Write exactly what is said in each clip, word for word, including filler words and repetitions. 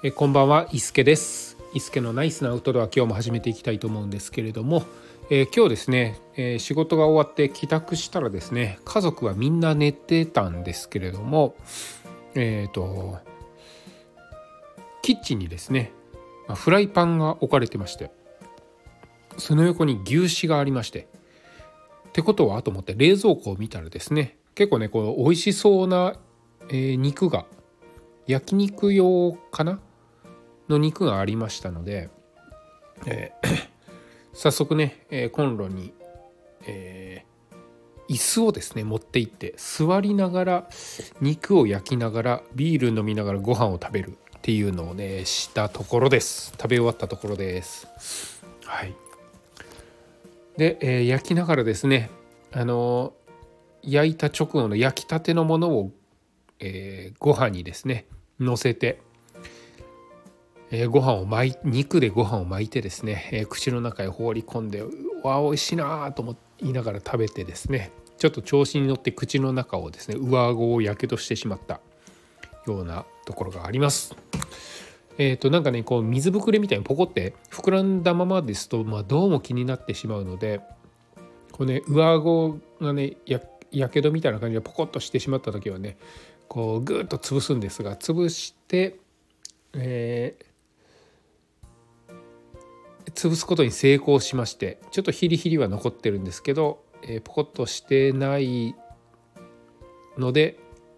えこんばんは、伊助です。伊助のナイスなアウトドア、今日も始めていきたいと思うんですけれども、えー今日ですね、えー仕事が終わって帰宅したらですね、家族はみんな寝てたんですけれども、えっとキッチンにですね、まあフライパンが置かれてまして、その横に牛脂がありまして、ってことはと思って冷蔵庫を見たらですね、結構ねこう美味しそうな、えー肉が焼肉用かなの肉がありましたので、えー早速ね、えーコンロに、えー椅子をですね持って行って座りながら肉を焼きながらビール飲みながらご飯を食べるっていうのをねしたところです。食べ終わったところです。はい。で、えー焼きながらですね、あのー焼いた直後の焼きたてのものを、えーご飯にですね乗せて、えーご飯を巻い肉でご飯を巻いてですね、えー口の中へ放り込んで、うわ美味しいなと思いながら食べてですね、ちょっと調子に乗って口の中をですね上顎をやけどしてしまったようなところがあります。えーとなんかねこう水ぶくれみたいにポコって膨らんだままですと、まあ、どうも気になってしまうので、こうね上顎がねややけどみたいな感じでポコッとしてしまった時はね、こうグーッと潰すんですが、潰して、えー潰すことに成功しまして、ちょっとヒリヒリは残ってるんですけど、えーポコッとしてないので、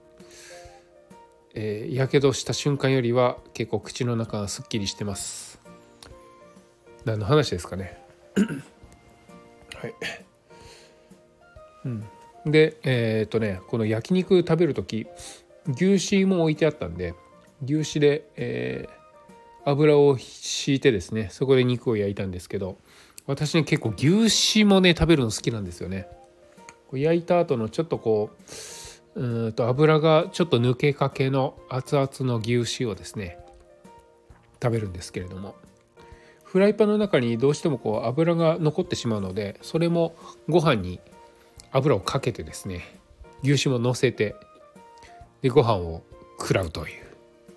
えー、やけどした瞬間よりは結構口の中がすっきりしてます。何の話ですかね。はい、うん、でえーっとねこの焼肉食べる時、牛脂も置いてあったんで、牛脂で、えー油を敷いてですね、そこで肉を焼いたんですけど、私ね結構牛脂もね食べるの好きなんですよね。焼いた後のちょっとこううーんと油がちょっと抜けかけの熱々の牛脂をですね食べるんですけれども、フライパンの中にどうしてもこう油が残ってしまうので、それもご飯に油をかけてですね、牛脂も乗せて、でご飯を食らうという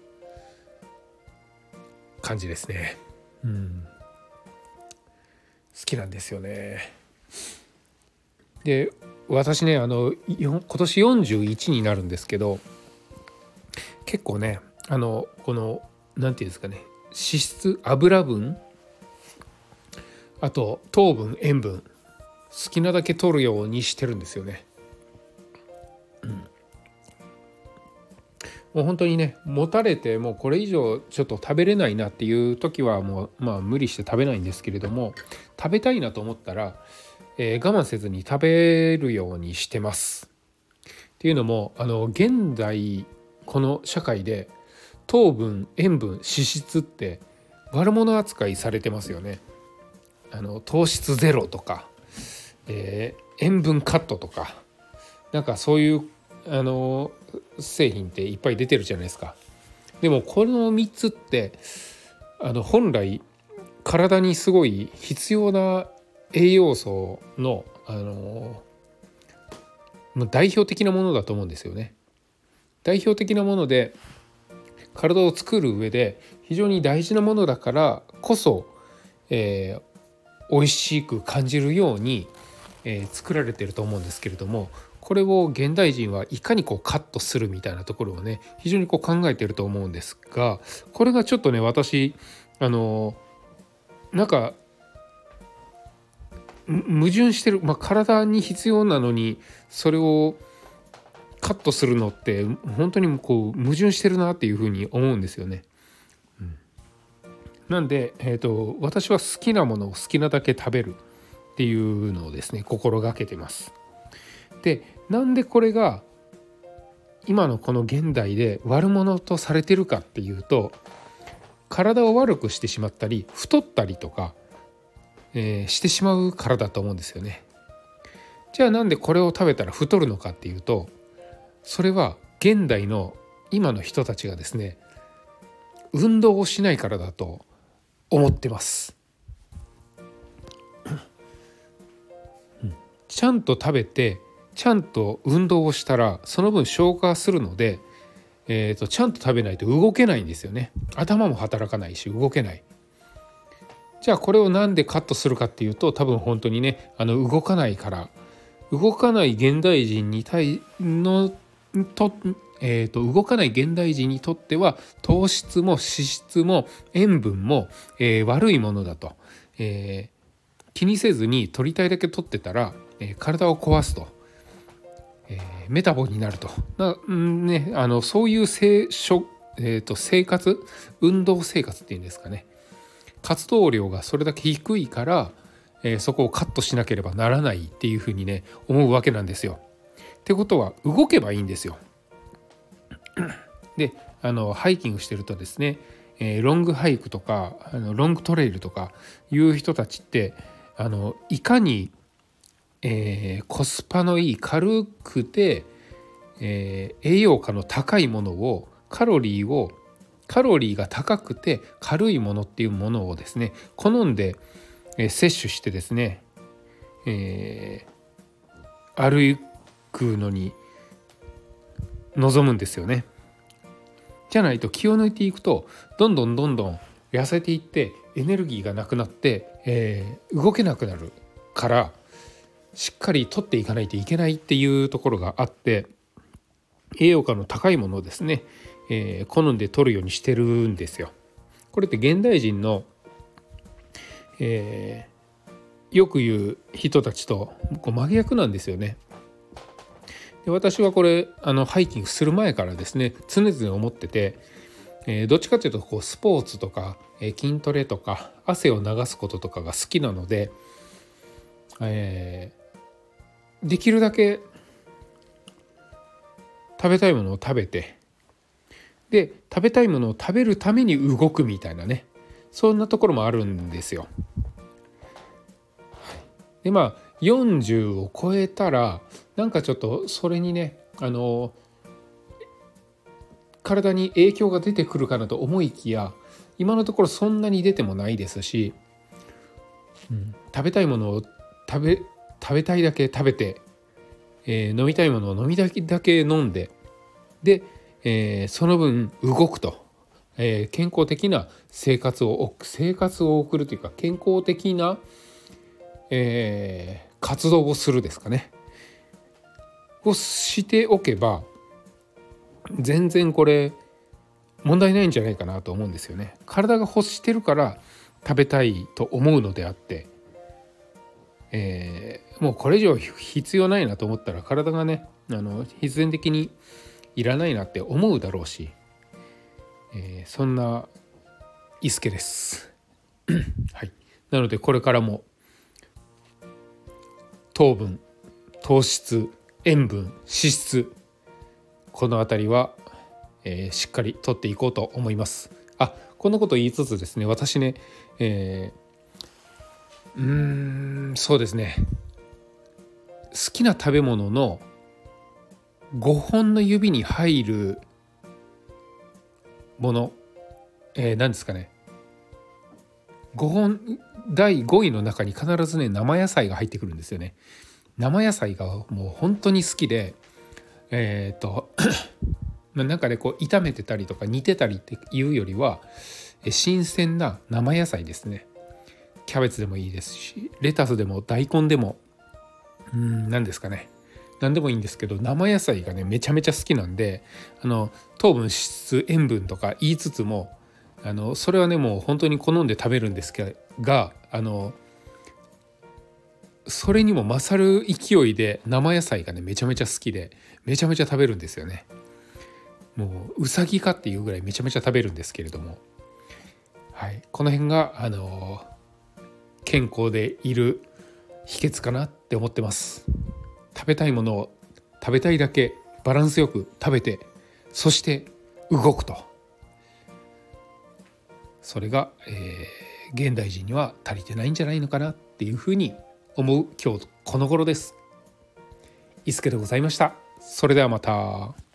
感じですね。うん、好きなんですよね。で私ねあのよ今年よんじゅういちになるんですけど、結構ねあのこのなんていうんですかね、脂質油分、あと糖分塩分、好きなだけ取るようにしてるんですよね。もう本当にね持たれてもうこれ以上ちょっと食べれないなっていう時はもうまあ無理して食べないんですけれども、食べたいなと思ったら、えー我慢せずに食べるようにしてます。っていうのもあの現代この社会で糖分塩分脂質って悪者扱いされてますよね。あの糖質ゼロとか、えー塩分カットとか、なんかそういうあの製品っていっぱい出てるじゃないですか。でもこのみっつってあの本来体にすごい必要な栄養素のあの代表的なものだと思うんですよね。代表的なもので体を作る上で非常に大事なものだからこそ、えー美味しく感じるように、えー作られてると思うんですけれども、これを現代人はいかにこうカットするみたいなところをね非常にこう考えてると思うんですが、これがちょっとね私あのなんかむ矛盾してる、まあ、体に必要なのにそれをカットするのって本当にこう矛盾してるなっていうふうに思うんですよね。なんで、えーと、私は好きなものを好きなだけ食べるっていうのをですね心がけてます。でなんでこれが今のこの現代で悪者とされてるかっていうと、体を悪くしてしまったり太ったりとか、えーしてしまうからだと思うんですよね。じゃあなんでこれを食べたら太るのかっていうと、それは現代の今の人たちがですね運動をしないからだと思ってます。ちゃんと食べてちゃんと運動をしたらその分消化するので、 えーと、ちゃんと食べないと動けないんですよね。頭も働かないし動けない。じゃあこれをなんでカットするかっていうと、多分本当にねあの動かないから、動かない現代人に対のと,、えーと動かない現代人にとっては糖質も脂質も塩分も、えー、悪いものだと、えー、気にせずに取りたいだけ取ってたら、えー、体を壊すと、えー、メタボになるとな、うんね、あのそういう生、えーと生活運動生活っていうんですかね、活動量がそれだけ低いから、えー、そこをカットしなければならないっていうふうにね思うわけなんですよ。ってことは動けばいいんですよ。であのハイキングしてるとですね、えー、ロングハイクとかあのロングトレイルとかいう人たちってあのいかに、えー、コスパのいい軽くて、えー、栄養価の高いものをカロリーをカロリーが高くて軽いものっていうものをですね好んで、えー、摂取してですね、えー、歩くのに望むんですよね。じゃないと気を抜いていくとどんどんどんどん痩せていってエネルギーがなくなって、えー、動けなくなるからしっかり取っていかないといけないっていうところがあって、栄養価の高いものをですね、えー、好んで取るようにしてるんですよ。これって現代人の、えー、よく言う人たちとこう真逆なんですよね。で私はこれあのハイキングする前からですね常々思ってて、えー、どっちかというとこうスポーツとか、えー、筋トレとか汗を流すこととかが好きなので、えー、できるだけ食べたいものを食べて、で食べたいものを食べるために動くみたいなね、そんなところもあるんですよ。でまあよんじゅうを超えたらなんかちょっとそれにねあの体に影響が出てくるかなと思いきや、今のところそんなに出てもないですし、うん、食べたいものを食べ食べたいだけ食べて、えー、飲みたいものを飲みたいだけ飲んで、で、えー、その分動くと、えー、健康的な生活を生活を送るというか健康的な、えー、活動をするですかねをしておけば全然これ問題ないんじゃないかなと思うんですよね。体が欲してるから食べたいと思うのであって、えー、もうこれ以上必要ないなと思ったら体がねあの必然的にいらないなって思うだろうし、えー、そんな伊助です。はい、なのでこれからも糖分、糖質、塩分、脂質、このあたりは、えー、しっかりとっていこうと思います。あ、こんなこと言いつつですね、私ね、えー、うーんそうですね、好きな食べ物のごほんの指に入るもの、えー、何ですかね、ごほんだいごいの中に必ずね生野菜が入ってくるんですよね。生野菜がもう本当に好きで、えっとなんかねこう炒めてたりとか煮てたりっていうよりは新鮮な生野菜ですね。キャベツでもいいですしレタスでも大根でもうーん何ですかね、何でもいいんですけど生野菜がねめちゃめちゃ好きなんで、あの糖分脂質塩分とか言いつつもあのそれはねもう本当に好んで食べるんですが、あのそれにも勝る勢いで生野菜がねめちゃめちゃ好きでめちゃめちゃ食べるんですよね。もううさぎかっていうぐらいめちゃめちゃ食べるんですけれども、はい、この辺があの健康でいる秘訣かなって思ってます。食べたいものを食べたいだけバランスよく食べて、そして動くと、それが、えー、現代人には足りてないんじゃないのかなっていうふうに思う今日この頃です。伊助でございました。それではまた。